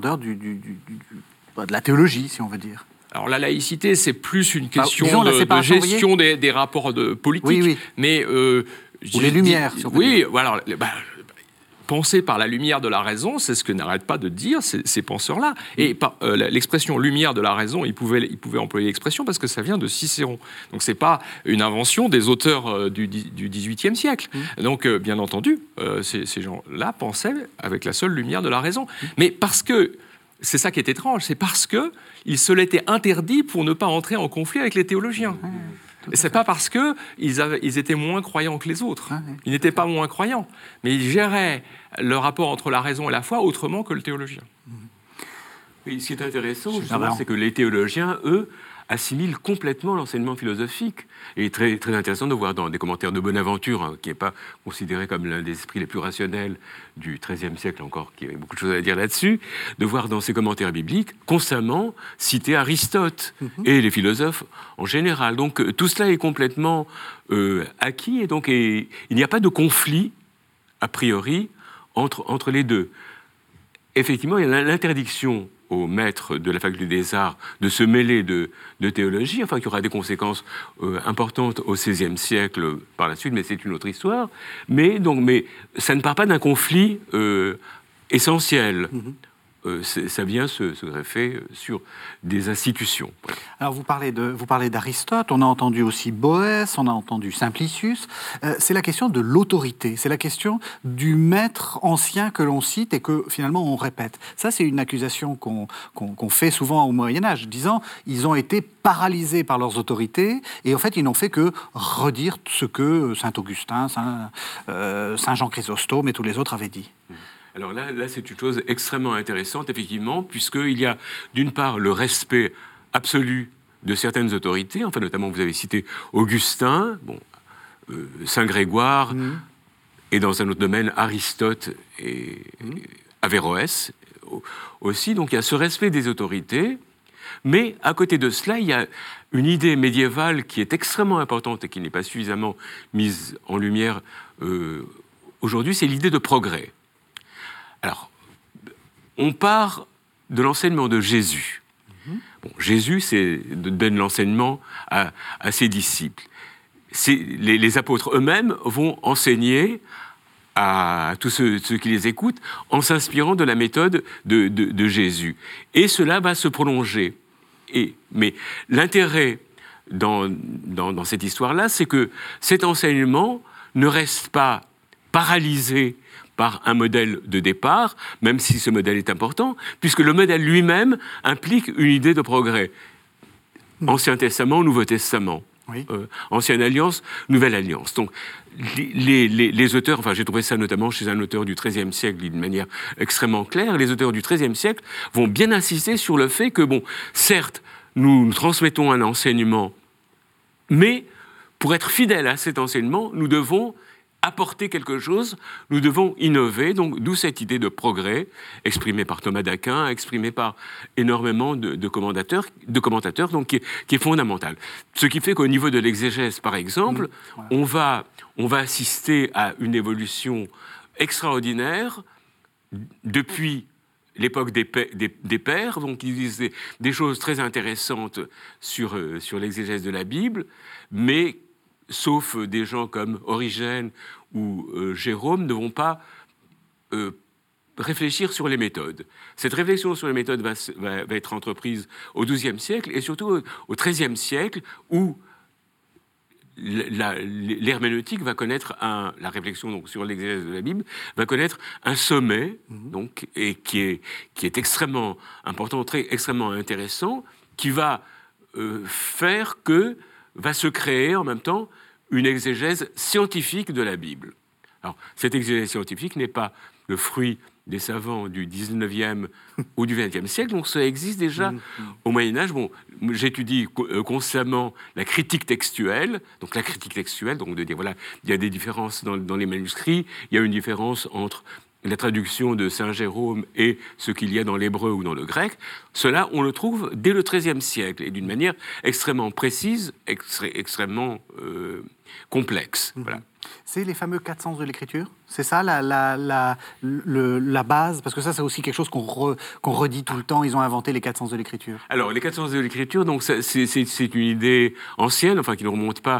la théologie, si on veut dire. Alors la laïcité, c'est plus une question de gestion des rapports politiques, mais ou les lumières, si on peut dire. Voilà. Penser par la lumière de la raison, c'est ce que n'arrêtent pas de dire ces penseurs-là. Et l'expression lumière de la raison, ils pouvaient employer l'expression parce que ça vient de Cicéron. Donc c'est pas une invention des auteurs du XVIIIe siècle. Donc bien entendu, ces gens-là pensaient avec la seule lumière de la raison. Mais parce que c'est ça qui est étrange, c'est parce que il se l'était interdit pour ne pas entrer en conflit avec les théologiens. Et c'est pas parce qu'ils étaient moins croyants que les autres. Ils n'étaient pas moins croyants, mais ils géraient le rapport entre la raison et la foi autrement que le théologien. Oui, ce qui est intéressant, justement, c'est que les théologiens, eux, assimilent complètement l'enseignement philosophique. Et très, très intéressant de voir dans des commentaires de Bonaventure, qui n'est pas considéré comme l'un des esprits les plus rationnels du XIIIe siècle encore, qui avait beaucoup de choses à dire là-dessus, de voir dans ses commentaires bibliques constamment citer Aristote et les philosophes en général. Donc tout cela est complètement acquis, et donc il n'y a pas de conflit, a priori, entre les deux. Effectivement, il y a l'interdiction aux maîtres de la faculté des arts de se mêler de théologie, enfin, qui aura des conséquences importantes au XVIe siècle par la suite, mais c'est une autre histoire. Mais ça ne part pas d'un conflit essentiel. Ça vient se greffer sur des institutions. Voilà. Alors vous parlez d'Aristote, on a entendu aussi Boès, on a entendu Simplicius. C'est la question de l'autorité, c'est la question du maître ancien que l'on cite et que finalement on répète. Ça, c'est une accusation qu'on fait souvent au Moyen-Âge, disant ils ont été paralysés par leurs autorités et en fait ils n'ont fait que redire ce que Saint-Augustin, Saint Jean Chrysostome et tous les autres avaient dit. Alors là, c'est une chose extrêmement intéressante, effectivement, puisqu'il y a d'une part le respect absolu de certaines autorités, enfin notamment vous avez cité Augustin, Saint Grégoire, et dans un autre domaine Aristote et Averroès aussi. Donc il y a ce respect des autorités, mais à côté de cela, il y a une idée médiévale qui est extrêmement importante et qui n'est pas suffisamment mise en lumière aujourd'hui, c'est l'idée de progrès. Alors, on part de l'enseignement de Jésus. Jésus donne l'enseignement à ses disciples. Les apôtres eux-mêmes vont enseigner à tous ceux qui les écoutent en s'inspirant de la méthode de Jésus. Et cela va se prolonger. Mais l'intérêt dans cette histoire-là, c'est que cet enseignement ne reste pas paralysé par un modèle de départ, même si ce modèle est important, puisque le modèle lui-même implique une idée de progrès. Ancien Testament, Nouveau Testament. Oui. Ancienne Alliance, Nouvelle Alliance. Donc, les auteurs, enfin j'ai trouvé ça notamment chez un auteur du XIIIe siècle d'une manière extrêmement claire, les auteurs du XIIIe siècle vont bien insister sur le fait que, certes, nous transmettons un enseignement, mais pour être fidèles à cet enseignement, nous devons apporter quelque chose, nous devons innover, donc d'où cette idée de progrès, exprimée par Thomas d'Aquin, exprimée par énormément de commentateurs, donc qui est fondamentale. Ce qui fait qu'au niveau de l'exégèse, par exemple, on va assister à une évolution extraordinaire depuis l'époque des pères, donc ils disent des choses très intéressantes sur l'exégèse de la Bible, mais sauf des gens comme Origène ou Jérôme, ne vont pas réfléchir sur les méthodes. Cette réflexion sur les méthodes va être entreprise au XIIe siècle et surtout au XIIIe siècle, où l'herméneutique va connaître la réflexion donc, sur l'exégèse de la Bible va connaître un sommet, donc, et qui est extrêmement important, extrêmement intéressant, qui va faire que va se créer en même temps une exégèse scientifique de la Bible. Alors, cette exégèse scientifique n'est pas le fruit des savants du 19e ou du 20e siècle, donc ça existe déjà au Moyen-Âge. Bon, j'étudie constamment la critique textuelle, donc de dire, voilà, il y a des différences dans les manuscrits, il y a une différence entre la traduction de Saint Jérôme et ce qu'il y a dans l'hébreu ou dans le grec. Cela, on le trouve dès le XIIIe siècle, et d'une manière extrêmement précise, extrêmement complexe. Voilà. C'est les fameux 4 sens de l'écriture? C'est ça la base? Parce que ça, c'est aussi quelque chose qu'on redit tout le temps. Ils ont inventé les 4 sens de l'écriture. Alors, les 4 sens de l'écriture, donc, c'est une idée ancienne, enfin, qui ne remonte pas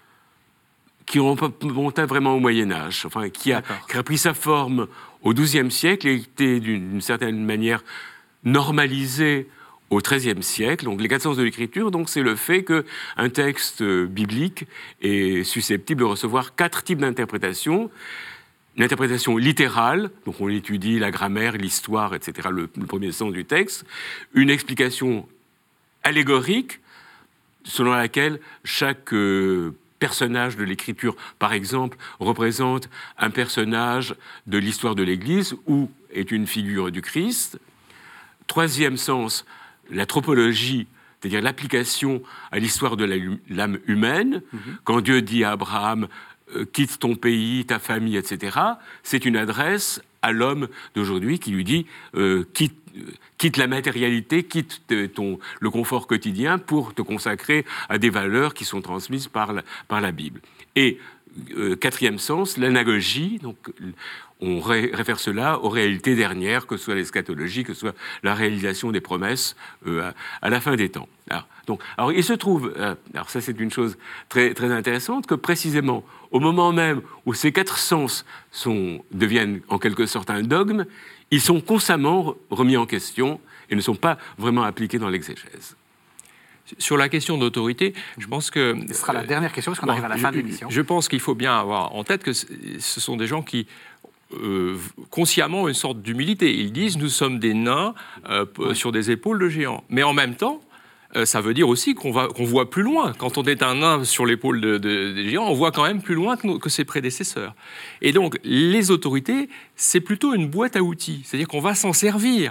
vraiment au Moyen-Âge, enfin, qui a pris sa forme au XIIe siècle et était d'une certaine manière normalisée au XIIIe siècle. Donc, les 4 sens de l'écriture, donc, c'est le fait qu'un texte biblique est susceptible de recevoir 4 types d'interprétations. L'interprétation littérale, donc on étudie la grammaire, l'histoire, etc., le premier sens du texte. Une explication allégorique, selon laquelle chaque personnage de l'écriture, par exemple, représente un personnage de l'histoire de l'Église ou est une figure du Christ. Troisième sens, la tropologie, c'est-à-dire l'application à l'histoire de l'âme humaine. Quand Dieu dit à Abraham « quitte ton pays, ta famille, etc. », c'est une adresse à l'homme d'aujourd'hui qui lui dit quitte la matérialité, quitte le confort quotidien pour te consacrer à des valeurs qui sont transmises par la Bible. Et quatrième sens, l'anagogie, donc on réfère cela aux réalités dernières, que ce soit l'eschatologie, que ce soit la réalisation des promesses à la fin des temps. Alors il se trouve, alors ça c'est une chose très, très intéressante, que précisément au moment même où ces 4 sens deviennent en quelque sorte un dogme, ils sont constamment remis en question et ne sont pas vraiment appliqués dans l'exégèse. Sur la question d'autorité, je pense que... Ce sera la dernière question, parce qu'on arrive à la fin de l'émission. Je pense qu'il faut bien avoir en tête que ce sont des gens qui, consciemment, ont une sorte d'humilité. Ils disent « nous sommes des nains sur des épaules de géants ». Mais en même temps, ça veut dire aussi qu'on voit plus loin. Quand on est un nain sur l'épaule des géants, on voit quand même plus loin que ses prédécesseurs. Et donc, les autorités, c'est plutôt une boîte à outils. C'est-à-dire qu'on va s'en servir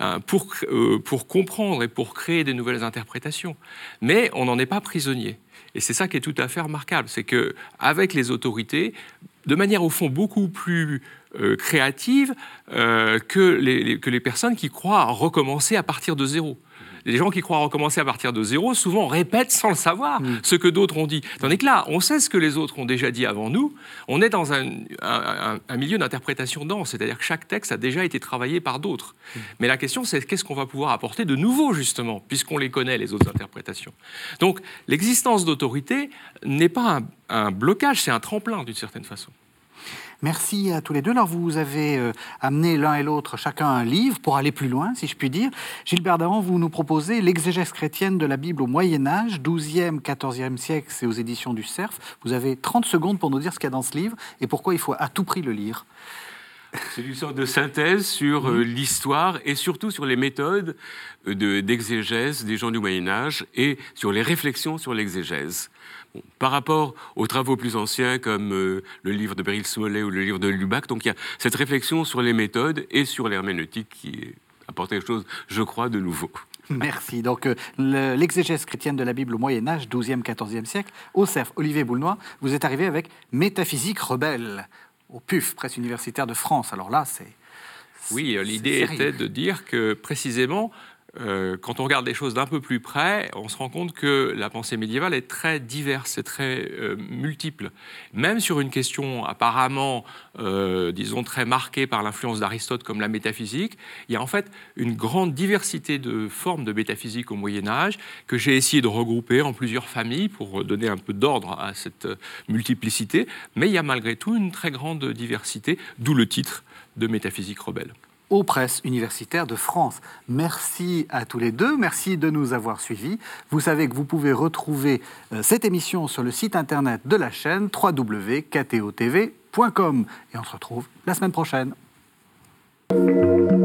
pour comprendre et pour créer des nouvelles interprétations. Mais on n'en est pas prisonnier. Et c'est ça qui est tout à fait remarquable. C'est qu'avec les autorités, de manière au fond beaucoup plus créative que les personnes qui croient recommencer à partir de zéro. les gens qui croient recommencer à partir de zéro, souvent répètent sans le savoir ce que d'autres ont dit. Tandis que là, on sait ce que les autres ont déjà dit avant nous. On est dans un milieu d'interprétation dense, c'est-à-dire que chaque texte a déjà été travaillé par d'autres. Mais la question, c'est qu'est-ce qu'on va pouvoir apporter de nouveau, justement, puisqu'on les connaît, les autres interprétations. Donc, l'existence d'autorité n'est pas un blocage, c'est un tremplin, d'une certaine façon. Merci à tous les deux. Alors, vous avez amené l'un et l'autre chacun un livre pour aller plus loin, si je puis dire. Gilbert Dahan, vous nous proposez l'exégèse chrétienne de la Bible au Moyen-Âge, 12e, 14e siècle, c'est aux éditions du Cerf. Vous avez 30 secondes pour nous dire ce qu'il y a dans ce livre et pourquoi il faut à tout prix le lire. C'est une sorte de synthèse sur l'histoire et surtout sur les méthodes d'exégèse des gens du Moyen-Âge et sur les réflexions sur l'exégèse. Bon, par rapport aux travaux plus anciens comme le livre de Beryl Smollet ou le livre de Lubac, donc il y a cette réflexion sur les méthodes et sur l'herméneutique qui apporte quelque chose, je crois, de nouveau. Merci. Donc, l'exégèse chrétienne de la Bible au Moyen-Âge, 12e, 14e siècle, au Cerf, Olivier Boulnois, vous êtes arrivé avec Métaphysique rebelle, au PUF, Presse universitaire de France. Alors là, c'est... Oui, l'idée était de dire que, précisément, quand on regarde les choses d'un peu plus près, on se rend compte que la pensée médiévale est très diverse et très multiple. Même sur une question apparemment, disons, très marquée par l'influence d'Aristote comme la métaphysique, il y a en fait une grande diversité de formes de métaphysique au Moyen-Âge que j'ai essayé de regrouper en plusieurs familles pour donner un peu d'ordre à cette multiplicité. Mais il y a malgré tout une très grande diversité, d'où le titre de Métaphysique rebelle. Aux Presses universitaires de France. Merci à tous les deux, merci de nous avoir suivis. Vous savez que vous pouvez retrouver cette émission sur le site internet de la chaîne www.ktotv.com. Et on se retrouve la semaine prochaine.